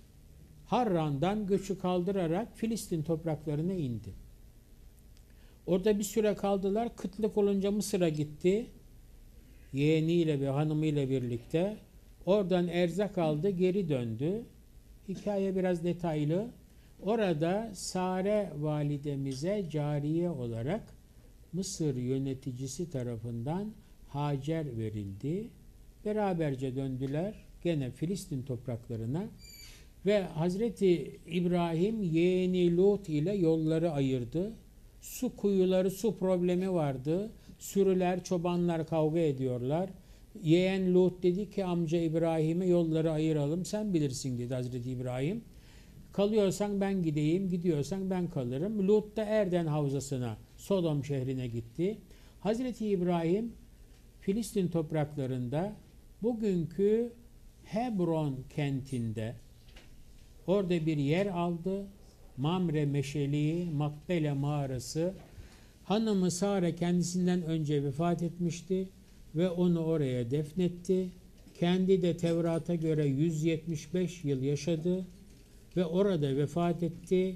Harran'dan göçü kaldırarak Filistin topraklarına indi. Orada bir süre kaldılar. Kıtlık olunca Mısır'a gitti. Yeğeniyle ve hanımıyla birlikte. Oradan erzak aldı, geri döndü. Hikaye biraz detaylı. Orada Sare validemize cariye olarak Mısır yöneticisi tarafından Hacer verildi. Beraberce döndüler gene Filistin topraklarına ve Hazreti İbrahim yeğeni Lut ile yolları ayırdı. Su kuyuları, su problemi vardı. Sürüler, çobanlar kavga ediyorlar. Yeğen Lut dedi ki amca İbrahim'e yolları ayıralım, sen bilirsin dedi Hazreti İbrahim. Kalıyorsan ben gideyim, gidiyorsan ben kalırım. Lut da Erden havzasına, Sodom şehrine gitti. Hazreti İbrahim Filistin topraklarında bugünkü Hebron kentinde orada bir yer aldı. Mamre Meşeli Makbele mağarası. Hanımı Sare kendisinden önce vefat etmişti ve onu oraya defnetti. Kendi de Tevrat'a göre 175 yıl yaşadı ve orada vefat etti.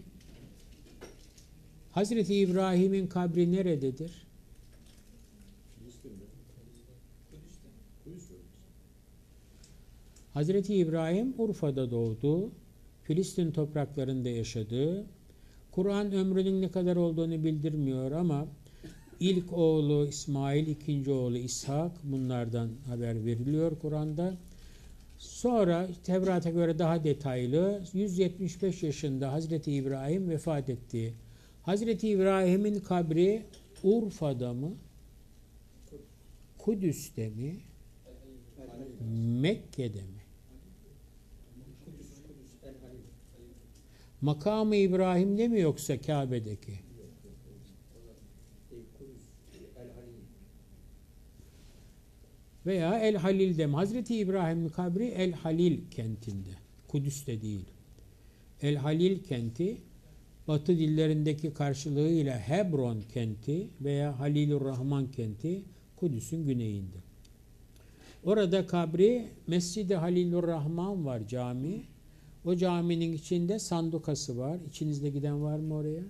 Hazreti İbrahim'in kabri nerededir? Filistin'de. Kudüs bölgesi. Hazreti İbrahim Urfa'da doğdu. Filistin topraklarında yaşadı. Kur'an ömrünün ne kadar olduğunu bildirmiyor ama ilk oğlu İsmail, ikinci oğlu İshak, bunlardan haber veriliyor Kur'an'da. Sonra Tevrat'a göre daha detaylı 175 yaşında Hazreti İbrahim vefat etti. Hazreti İbrahim'in kabri Urfa'da mı? Kudüs'te mi? Mekke'de mi? Makamı İbrahim'de mi yoksa Kabe'deki? Veya El Halil'de mi? Hazreti İbrahim'in kabri El Halil kentinde. Kudüs'te değil. El Halil kenti Batı dillerindeki karşılığıyla Hebron kenti veya Halilur Rahman kenti Kudüs'ün güneyinde. Orada kabri Mescid-i Halilur Rahman var, cami. O caminin içinde sandukası var. İçinizde giden var mı oraya?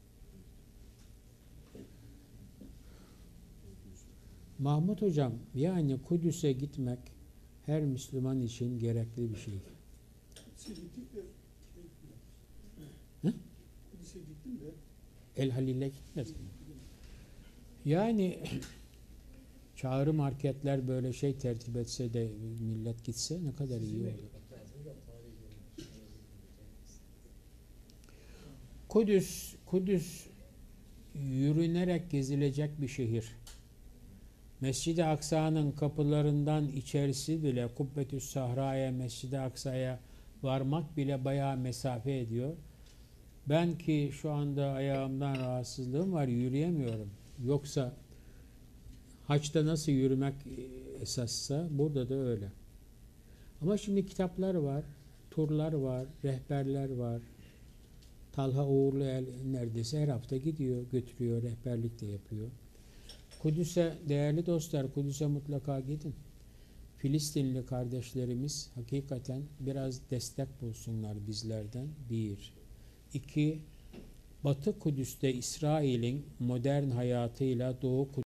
Mahmut Hocam, yani Kudüs'e gitmek her Müslüman için gerekli bir şey. Kudüs'e gittik de Hı? Kudüs'e gittim de El Halil'e gitmez mi? Yani çağrı marketler böyle şey tertip etse de millet gitse ne kadar iyi olur. Kudüs yürünerek gezilecek bir şehir. Mescid-i Aksa'nın kapılarından içerisi bile Kubbetü's Sahra'ya, Mescid-i Aksa'ya varmak bile bayağı mesafe ediyor. Ben ki şu anda ayağımdan rahatsızlığım var, yürüyemiyorum. Yoksa haçta nasıl yürümek esassa burada da öyle. Ama şimdi kitaplar var, turlar var, rehberler var. Talha Uğurluel neredeyse her hafta gidiyor, götürüyor, rehberlik de yapıyor. Kudüs'e, değerli dostlar, Kudüs'e mutlaka gidin. Filistinli kardeşlerimiz hakikaten biraz destek bulsunlar bizlerden. 1. 2. Batı Kudüs'te İsrail'in modern hayatıyla Doğu Kudüs'te